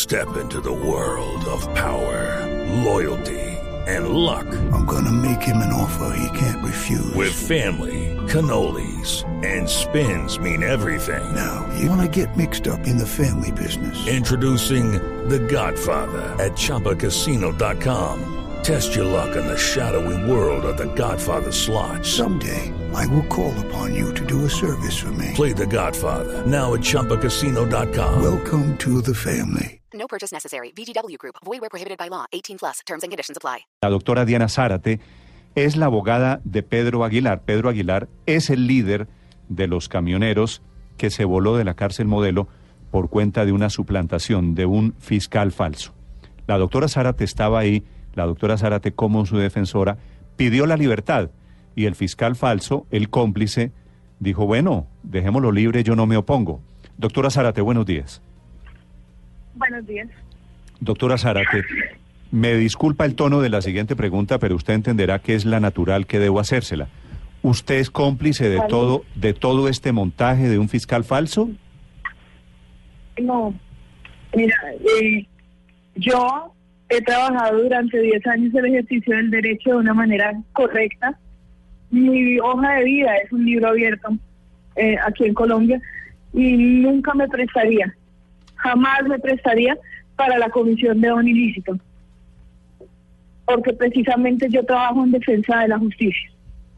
Step into the world of power, loyalty, and luck. I'm gonna make him an offer he can't refuse. With family, cannolis, and spins mean everything. Now, you wanna get mixed up in the family business. Introducing The Godfather at ChumbaCasino.com. Test your luck in the shadowy world of The Godfather slot. Someday, I will call upon you to do a service for me. Play The Godfather now at ChumbaCasino.com. Welcome to the family. No purchase necessary. VGW Group. Void where prohibited by law. 18+. Terms and conditions apply. La doctora Diana Zárate es la abogada de Pedro Aguilar. Pedro Aguilar es el líder de los camioneros que se voló de la cárcel Modelo por cuenta de una suplantación de un fiscal falso. La doctora Zárate estaba ahí. La doctora Zárate, como su defensora, pidió la libertad y el fiscal falso, el cómplice, dijo, bueno, dejémoslo libre, yo no me opongo. Doctora Zárate, buenos días. Buenos días. Doctora Zárate, me disculpa el tono de la siguiente pregunta, pero usted entenderá que es la natural que debo hacérsela. ¿Usted es cómplice de todo este montaje de un fiscal falso? No. Mira, yo he trabajado durante 10 años el ejercicio del derecho de una manera correcta. Mi hoja de vida es un libro abierto aquí en Colombia y nunca me prestaría, jamás me prestaría para la comisión de un ilícito, porque precisamente yo trabajo en defensa de la justicia.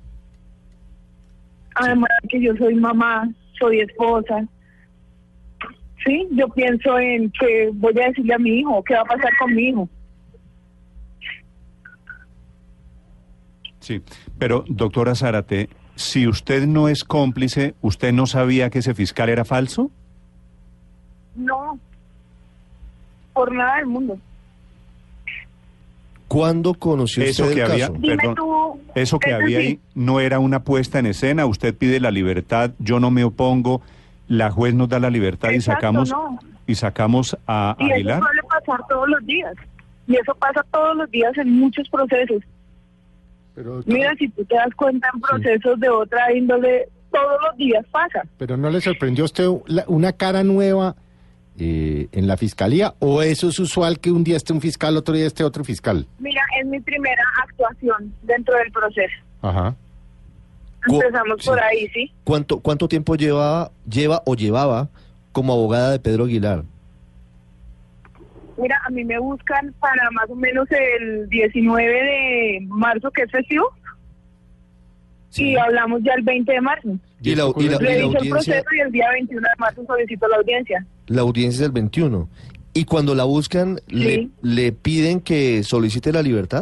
Además que yo soy mamá, soy esposa. Sí, yo pienso en que voy a decirle a mi hijo, qué va a pasar con mi hijo. Sí, pero doctora Zárate, si usted no es cómplice, ¿usted no sabía que ese fiscal era falso? No, por nada del mundo. ¿Cuándo conoció usted eso que el había, caso? perdón, eso que había ahí no era una puesta en escena? Usted pide la libertad, yo no me opongo, la juez nos da la libertad. Exacto, y sacamos a Aguilar. Y eso suele pasar todos los días, y eso pasa todos los días en muchos procesos. Pero, mira, si tú te das cuenta en procesos de otra índole, todos los días pasa. ¿Pero no le sorprendió a usted una cara nueva en la fiscalía? ¿O eso es usual que un día esté un fiscal, otro día esté otro fiscal? Mira, es mi primera actuación dentro del proceso. Ajá. Empezamos por ahí, ¿sí? ¿Cuánto tiempo lleva o llevaba como abogada de Pedro Aguilar? Mira, a mí me buscan para más o menos el 19 de marzo, que es festivo. Sí. Y hablamos ya el 20 de marzo. Y la audiencia... el proceso y el día 21 de marzo solicito la audiencia. La audiencia es el 21. ¿Y cuando la buscan, sí, le piden que solicite la libertad?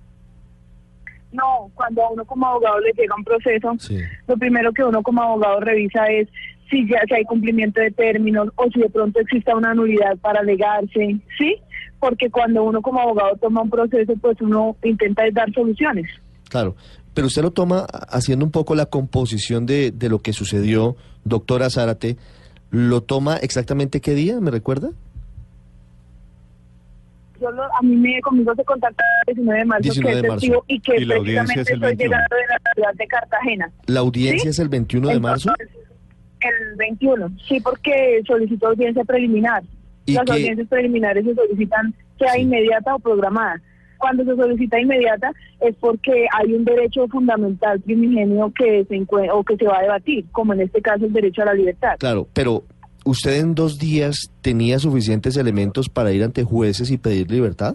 No, cuando a uno como abogado le llega un proceso, sí, lo primero que uno como abogado revisa es si hay cumplimiento de términos o si de pronto exista una nulidad para alegarse, ¿sí? Porque cuando uno como abogado toma un proceso, pues uno intenta dar soluciones. Claro, pero usted lo toma haciendo un poco la composición de lo que sucedió, doctora Zárate. ¿Lo toma exactamente qué día, me recuerda? A mí conmigo se contacta el 19 de marzo, 19 que es de marzo. festivo y que ¿Y la audiencia es el 21? Estoy llegando de la ciudad de Cartagena. ¿La audiencia ¿sí? es el 21 de marzo? El 21, sí, porque solicitó audiencia preliminar. Las audiencias preliminares se solicitan sea inmediata o programada. Cuando se solicita inmediata es porque hay un derecho fundamental primigenio que se va a debatir, como en este caso el derecho a la libertad. Claro, pero ¿usted en 2 días tenía suficientes elementos para ir ante jueces y pedir libertad?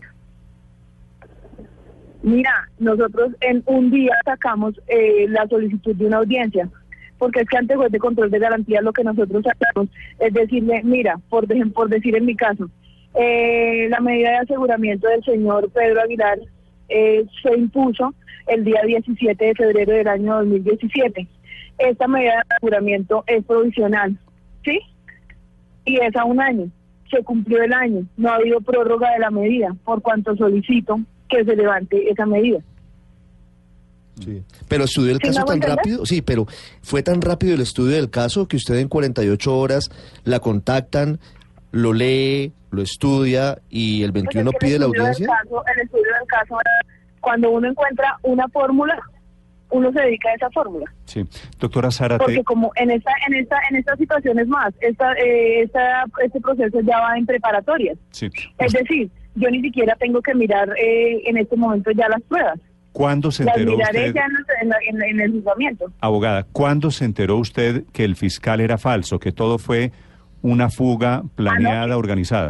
Mira, nosotros en un día sacamos la solicitud de una audiencia, porque es que ante juez de control de garantía lo que nosotros sacamos es decirle, mira, por decir en mi caso, la medida de aseguramiento del señor Pedro Aguilar se impuso el día 17 de febrero del año 2017. Esta medida de aseguramiento es provisional, ¿sí? Y es a 1 año. Se cumplió el año, no ha habido prórroga de la medida, por cuanto solicito que se levante esa medida. Sí. Pero estudió el caso tan rápido, sí, pero fue tan rápido el estudio del caso que usted en 48 horas la contactan, lo lee, lo estudia y el 21 pues pide la audiencia. El estudio del caso, cuando uno encuentra una fórmula, uno se dedica a esa fórmula. Sí, doctora Zárate. Porque como en esta situación es más, este proceso ya va en preparatorias. Sí. Es decir, yo ni siquiera tengo que mirar en este momento ya las pruebas. ¿Cuándo se Las enteró miraré usted, ya en el juzgamiento. abogada, cuándo se enteró usted que el fiscal era falso, que todo fue una fuga planeada, Anoche. organizada?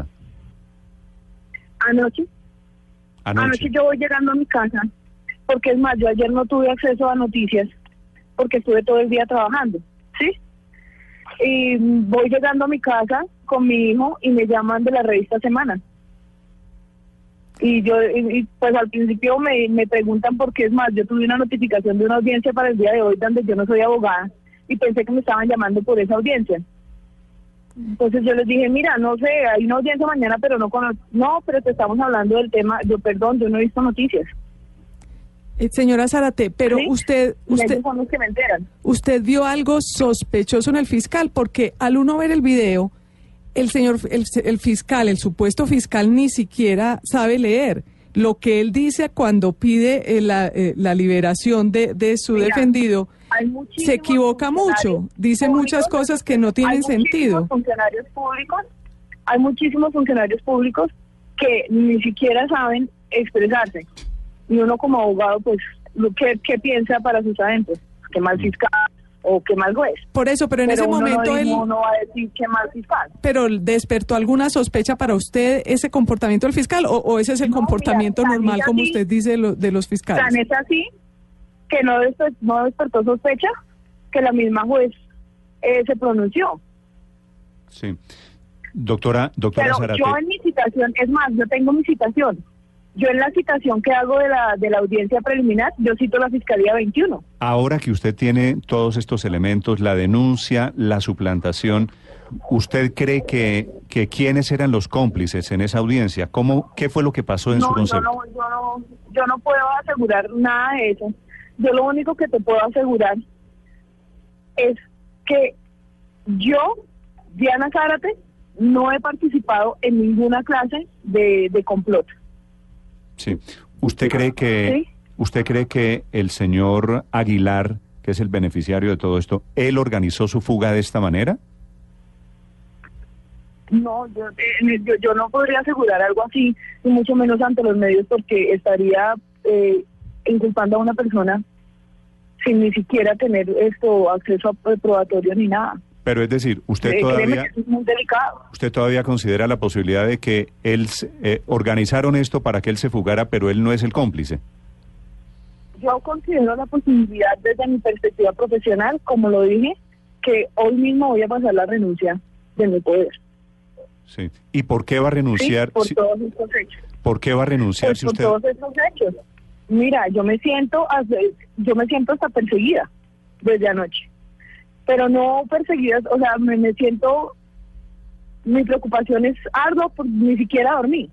Anoche yo voy llegando a mi casa, porque es más, yo ayer no tuve acceso a noticias, porque estuve todo el día trabajando, ¿sí? Y voy llegando a mi casa con mi hijo y me llaman de la revista Semana. Y pues al principio me preguntan por qué, es más, yo tuve una notificación de una audiencia para el día de hoy donde yo no soy abogada y pensé que me estaban llamando por esa audiencia. Entonces yo les dije, mira, no sé, hay una audiencia mañana, pero no conozco. No, pero te estamos hablando del tema. Yo no he visto noticias. Señora Zárate, pero ¿Sí? usted Ellos son los que me enteran. usted vio algo sospechoso en el fiscal, porque al uno ver el video, el fiscal, el supuesto fiscal, ni siquiera sabe leer. Lo que él dice cuando pide la liberación de su defendido, se equivoca mucho, dice muchas cosas que no tienen sentido. Hay muchísimos funcionarios públicos que ni siquiera saben expresarse. Y uno como abogado, pues, ¿qué piensa para sus adentros? ¿Qué mal fiscal o qué mal juez? Por eso, pero en ese momento él no va a decir qué mal fiscal. Pero ¿despertó alguna sospecha para usted ese comportamiento del fiscal o ese es el comportamiento normal, como usted dice, de los fiscales? Tan es así que no despertó sospecha, que la misma juez se pronunció. Sí. Doctora Pero Zárate. yo en mi citación, es más, yo tengo mi citación. Yo en la citación que hago de la audiencia preliminar, yo cito la Fiscalía 21. Ahora que usted tiene todos estos elementos, la denuncia, la suplantación, ¿usted cree que quiénes eran los cómplices en esa audiencia? ¿Qué fue lo que pasó en su concepto? Yo no puedo asegurar nada de eso. Yo lo único que te puedo asegurar es que yo, Diana Zárate, no he participado en ninguna clase de complot. Sí. ¿Usted cree que el señor Aguilar, que es el beneficiario de todo esto, él organizó su fuga de esta manera? No, yo no podría asegurar algo así, y mucho menos ante los medios, porque estaría inculpando a una persona sin ni siquiera tener acceso a probatorio ni nada. Pero es decir, usted es muy delicado. ¿Usted todavía considera la posibilidad de que él organizaron esto para que él se fugara, pero él no es el cómplice? Yo considero la posibilidad desde mi perspectiva profesional, como lo dije, que hoy mismo voy a pasar la renuncia de mi poder. Sí. ¿Y por qué va a renunciar? Sí, por todos estos hechos. ¿Por qué va a renunciar Pues si por usted? todos estos hechos. Mira, yo me siento hasta perseguida desde anoche. Pero no perseguida, o sea, me siento, mi preocupación es ardua, ni siquiera dormí.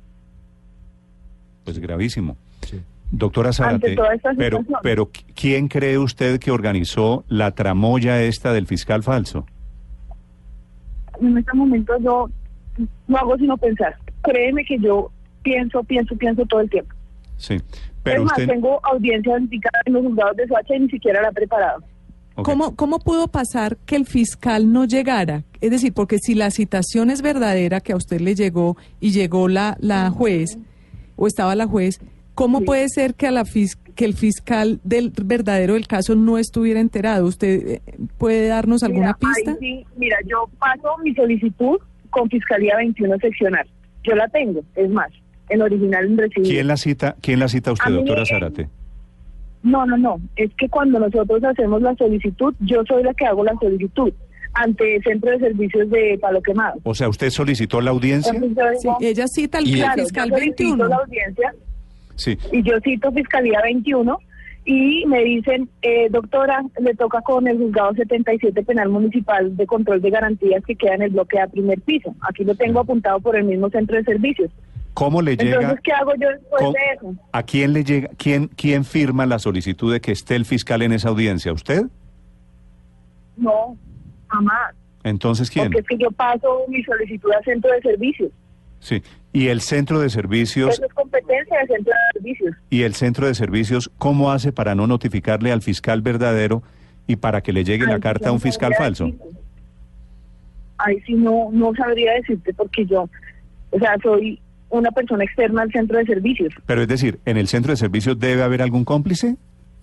Pues gravísimo. Sí. Doctora Zárate, Ante toda esta situación. pero ¿quién cree usted que organizó la tramoya esta del fiscal falso? En este momento yo no hago sino pensar. Créeme que yo pienso todo el tiempo. Sí, pero es más, usted... tengo audiencia en los juzgados de Soacha y ni siquiera la he preparado. Okay. ¿Cómo pudo pasar que el fiscal no llegara? Es decir, porque si la citación es verdadera, que a usted le llegó y llegó la juez, o estaba la juez, ¿cómo puede ser que que el fiscal del verdadero del caso no estuviera enterado? ¿Usted puede darnos alguna pista? Ahí sí, mira, yo paso mi solicitud con Fiscalía 21 seccional. Yo la tengo, es más, en original en recibido. ¿Quién la cita a usted, doctora Zárate? No, es que cuando nosotros hacemos la solicitud, yo soy la que hago la solicitud ante el Centro de Servicios de Palo Quemado. O sea, ¿usted solicitó la audiencia? Entonces yo digo, Sí, ella cita al fiscal yo solicito 21. la audiencia Sí. y yo cito Fiscalía 21 y me dicen, doctora, le toca con el juzgado 77 penal municipal de control de garantías que queda en el bloque A primer piso. Aquí lo tengo apuntado por el mismo Centro de Servicios. ¿Cómo le llega? Entonces, ¿qué hago yo después de eso? ¿A quién le llega? ¿Quién firma la solicitud de que esté el fiscal en esa audiencia? ¿Usted? No, jamás. Entonces, ¿quién? Porque es que yo paso mi solicitud al Centro de Servicios. Sí. ¿Y el centro de servicios Eso es competencia del centro de servicios. ¿Y el centro de servicios cómo hace para no notificarle al fiscal verdadero y para que le llegue la carta a un fiscal falso? Ahí sí no sabría decirte, porque yo, o sea, soy una persona externa al centro de servicios. Pero es decir, ¿en el centro de servicios debe haber algún cómplice?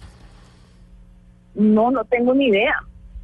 No tengo ni idea.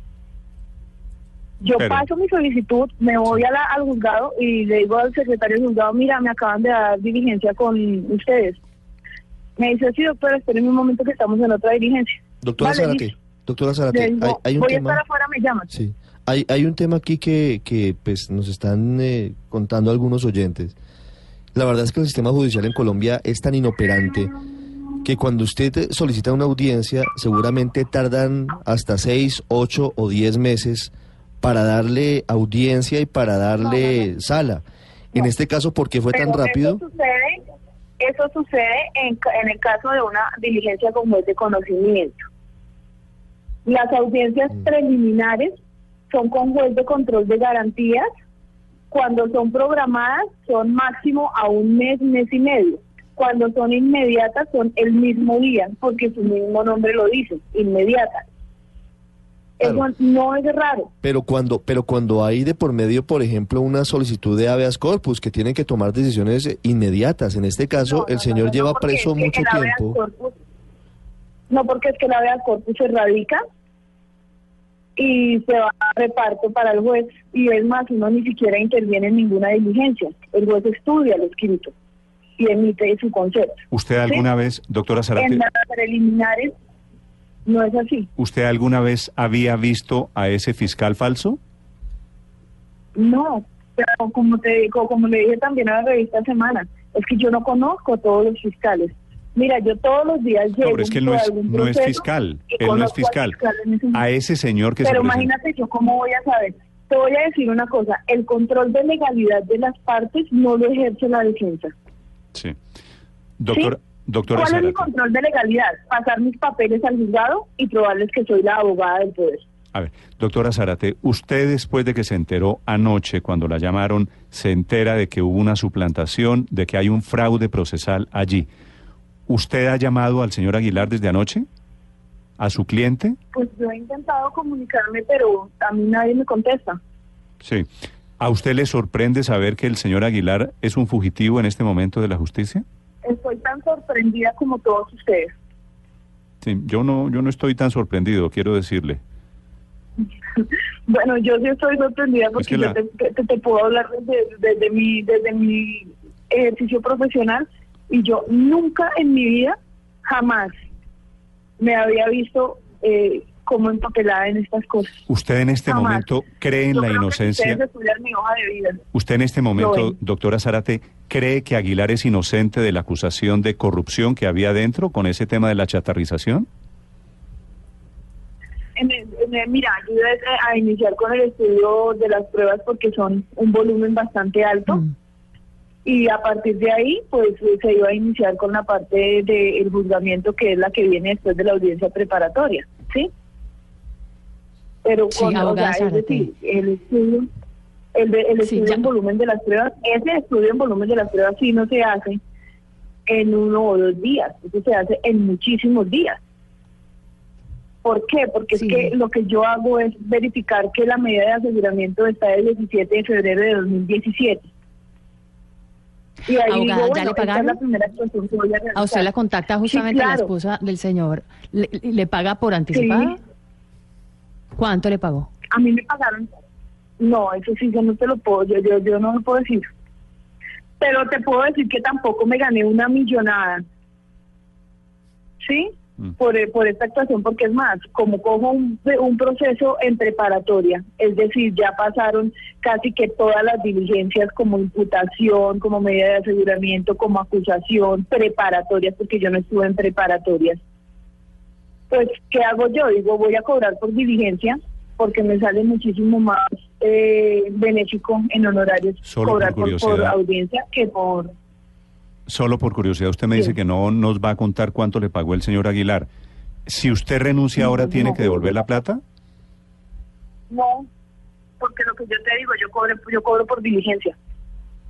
Yo paso mi solicitud, me voy al juzgado y le digo al secretario del juzgado, mira, me acaban de dar diligencia con ustedes. Me dice, sí, doctora, espérenme un momento que estamos en otra diligencia. Doctora Zárate, digo, hay un voy tema... a estar afuera, me llaman. Sí, hay un tema aquí que pues nos están contando algunos oyentes. La verdad es que el sistema judicial en Colombia es tan inoperante que cuando usted solicita una audiencia, seguramente tardan hasta 6, 8 o 10 meses para darle audiencia y para darle sala. En este caso, ¿por qué fue tan rápido? Eso sucede en el caso de una diligencia con juez de conocimiento. Las audiencias preliminares son con juez de control de garantías. Cuando son programadas son máximo a un mes, mes y medio. Cuando son inmediatas son el mismo día, porque su mismo nombre lo dice, inmediatas. Claro. Eso no es raro. Pero cuando hay de por medio, por ejemplo, una solicitud de habeas corpus, que tienen que tomar decisiones inmediatas. En este caso, el señor lleva preso mucho tiempo. No, porque es que el habeas corpus se radica y se va a reparto para el juez. Y es más, uno ni siquiera interviene en ninguna diligencia. El juez estudia lo escrito y emite su concepto. ¿Usted alguna vez, doctora Zárate... En las preliminares no es así. ¿Usted alguna vez había visto a ese fiscal falso? No, pero como le dije también a la revista Semana, es que yo no conozco a todos los fiscales. Mira, yo todos los días llego... No, pero es que él no es fiscal, él no es fiscal. A ese señor que se presenta... Pero imagínate yo cómo voy a saber. Te voy a decir una cosa, el control de legalidad de las partes no lo ejerce la defensa. Sí. Doctora ¿Cuál Zárate, es mi control de legalidad? Pasar mis papeles al juzgado y probarles que soy la abogada del poder. A ver, doctora Zárate, usted después de que se enteró anoche, cuando la llamaron, se entera de que hubo una suplantación, de que hay un fraude procesal allí. ¿Usted ha llamado al señor Aguilar desde anoche? ¿A su cliente? Pues yo he intentado comunicarme, pero a mí nadie me contesta. Sí. ¿A usted le sorprende saber que el señor Aguilar es un fugitivo en este momento de la justicia? Estoy tan sorprendida como todos ustedes. Sí, yo no estoy tan sorprendido, quiero decirle. Bueno, yo sí estoy sorprendida porque yo te puedo hablar desde mi ejercicio profesional, y yo nunca en mi vida, jamás, me había visto como empapelada en estas cosas. ¿Usted en este momento cree en la inocencia? Mi hoja de vida. ¿Usted en este momento, doctora Zárate, cree que Aguilar es inocente de la acusación de corrupción que había dentro con ese tema de la chatarrización? Mira, ayuda a iniciar con el estudio de las pruebas porque son un volumen bastante alto. Y a partir de ahí, pues se iba a iniciar con la parte del juzgamiento, que es la que viene después de la audiencia preparatoria, ¿sí? Pero con, es decir, el estudio en volumen de las pruebas, ese estudio en volumen de las pruebas sí no se hace en 1 o 2 días, eso se hace en muchísimos días. ¿Por qué? Porque es que lo que yo hago es verificar que la medida de aseguramiento está del 17 de febrero de 2017. Y ahí abogada, digo, ¿ya le pagaron? esta es la primera actuación que voy a realizar. ¿A usted la contacta justamente la esposa del señor? ¿Le paga por anticipado? Sí. ¿Cuánto le pagó? A mí me pagaron. No, eso sí, yo no te lo puedo, yo no lo puedo decir. Pero te puedo decir que tampoco me gané una millonada. ¿Sí? Por esta actuación, porque es más, como cojo un proceso en preparatoria, es decir, ya pasaron casi que todas las diligencias como imputación, como medida de aseguramiento, como acusación, preparatorias, porque yo no estuve en preparatorias. Pues, ¿qué hago yo? Digo, voy a cobrar por diligencia, porque me sale muchísimo más benéfico en honorarios cobrar por audiencia que por... Solo por curiosidad, usted me dice que no nos va a contar cuánto le pagó el señor Aguilar. Si usted renuncia ahora, ¿tiene que devolver la plata? No, porque lo que yo te digo, yo cobro por diligencia.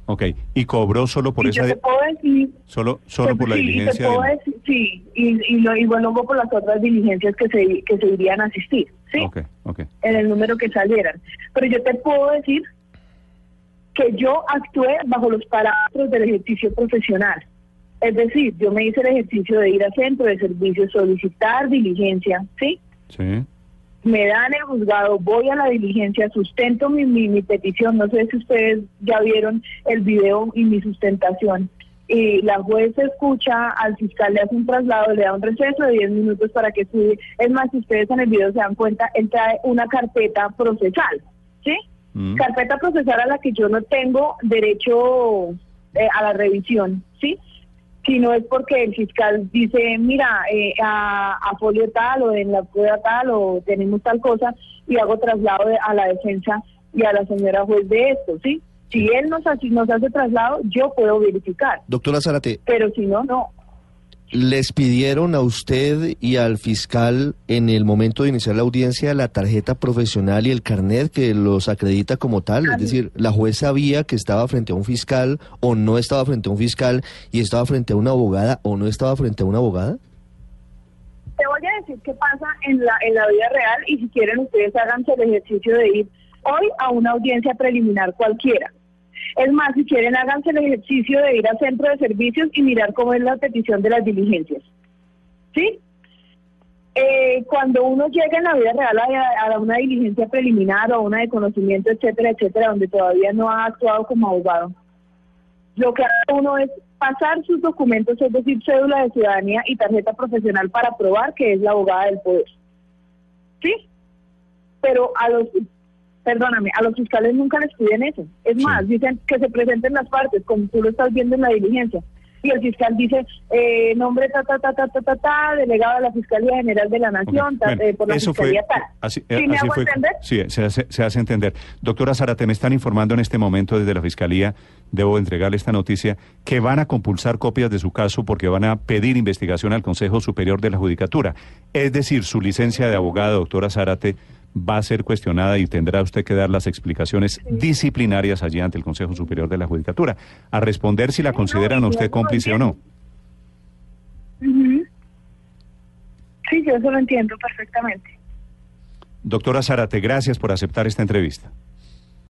Ok, ¿y cobró solo por esa... Yo te puedo decir... Solo por la diligencia... Sí, y luego por las otras diligencias que se irían a asistir, ¿sí? Ok. En el número que salieran. Pero yo te puedo decir que yo actué bajo los parámetros del ejercicio profesional. Es decir, yo me hice el ejercicio de ir a centro de servicios, solicitar diligencia, ¿sí? Sí. Me dan el juzgado, voy a la diligencia, sustento mi petición, no sé si ustedes ya vieron el video y mi sustentación. Y la juez escucha, al fiscal le hace un traslado, le da un receso de 10 minutos para que estudie. Es más, si ustedes en el video se dan cuenta, él trae una carpeta procesal, ¿sí? Carpeta procesal a la que yo no tengo derecho a la revisión, ¿sí? Si no es porque el fiscal dice, mira, a folio tal o en la prueba tal o tenemos tal cosa, y hago traslado a la defensa y a la señora juez de esto, ¿sí? Si él nos hace traslado, yo puedo verificar. Doctora Zárate. Pero si no, no. ¿Les pidieron a usted y al fiscal en el momento de iniciar la audiencia la tarjeta profesional y el carnet que los acredita como tal? Es decir, ¿la juez sabía que estaba frente a un fiscal o no estaba frente a un fiscal y estaba frente a una abogada o no estaba frente a una abogada? Te voy a decir qué pasa en la vida real y si quieren ustedes háganse el ejercicio de ir hoy a una audiencia preliminar cualquiera. Es más, si quieren, háganse el ejercicio de ir al centro de servicios y mirar cómo es la petición de las diligencias. ¿Sí? Cuando uno llega en la vida real a una diligencia preliminar o a una de conocimiento, etcétera, etcétera, donde todavía no ha actuado como abogado, lo que hace uno es pasar sus documentos, es decir, cédula de ciudadanía y tarjeta profesional para probar que es la abogada del poder. ¿Sí? Pero a los fiscales nunca les piden eso. Es más, dicen que se presenten las partes, como tú lo estás viendo en la diligencia. Y el fiscal dice, nombre delegado de la Fiscalía General de la Nación, por la Fiscalía tal. ¿Sí me hago entender? Sí, se hace entender. Doctora Zárate, me están informando en este momento desde la Fiscalía, debo entregarle esta noticia, que van a compulsar copias de su caso porque van a pedir investigación al Consejo Superior de la Judicatura. Es decir, su licencia de abogada, doctora Zárate, va a ser cuestionada y tendrá usted que dar las explicaciones disciplinarias allí ante el Consejo Superior de la Judicatura, a responder si la consideran a usted cómplice o no. Sí, yo eso lo entiendo perfectamente. Doctora Zárate, gracias por aceptar esta entrevista.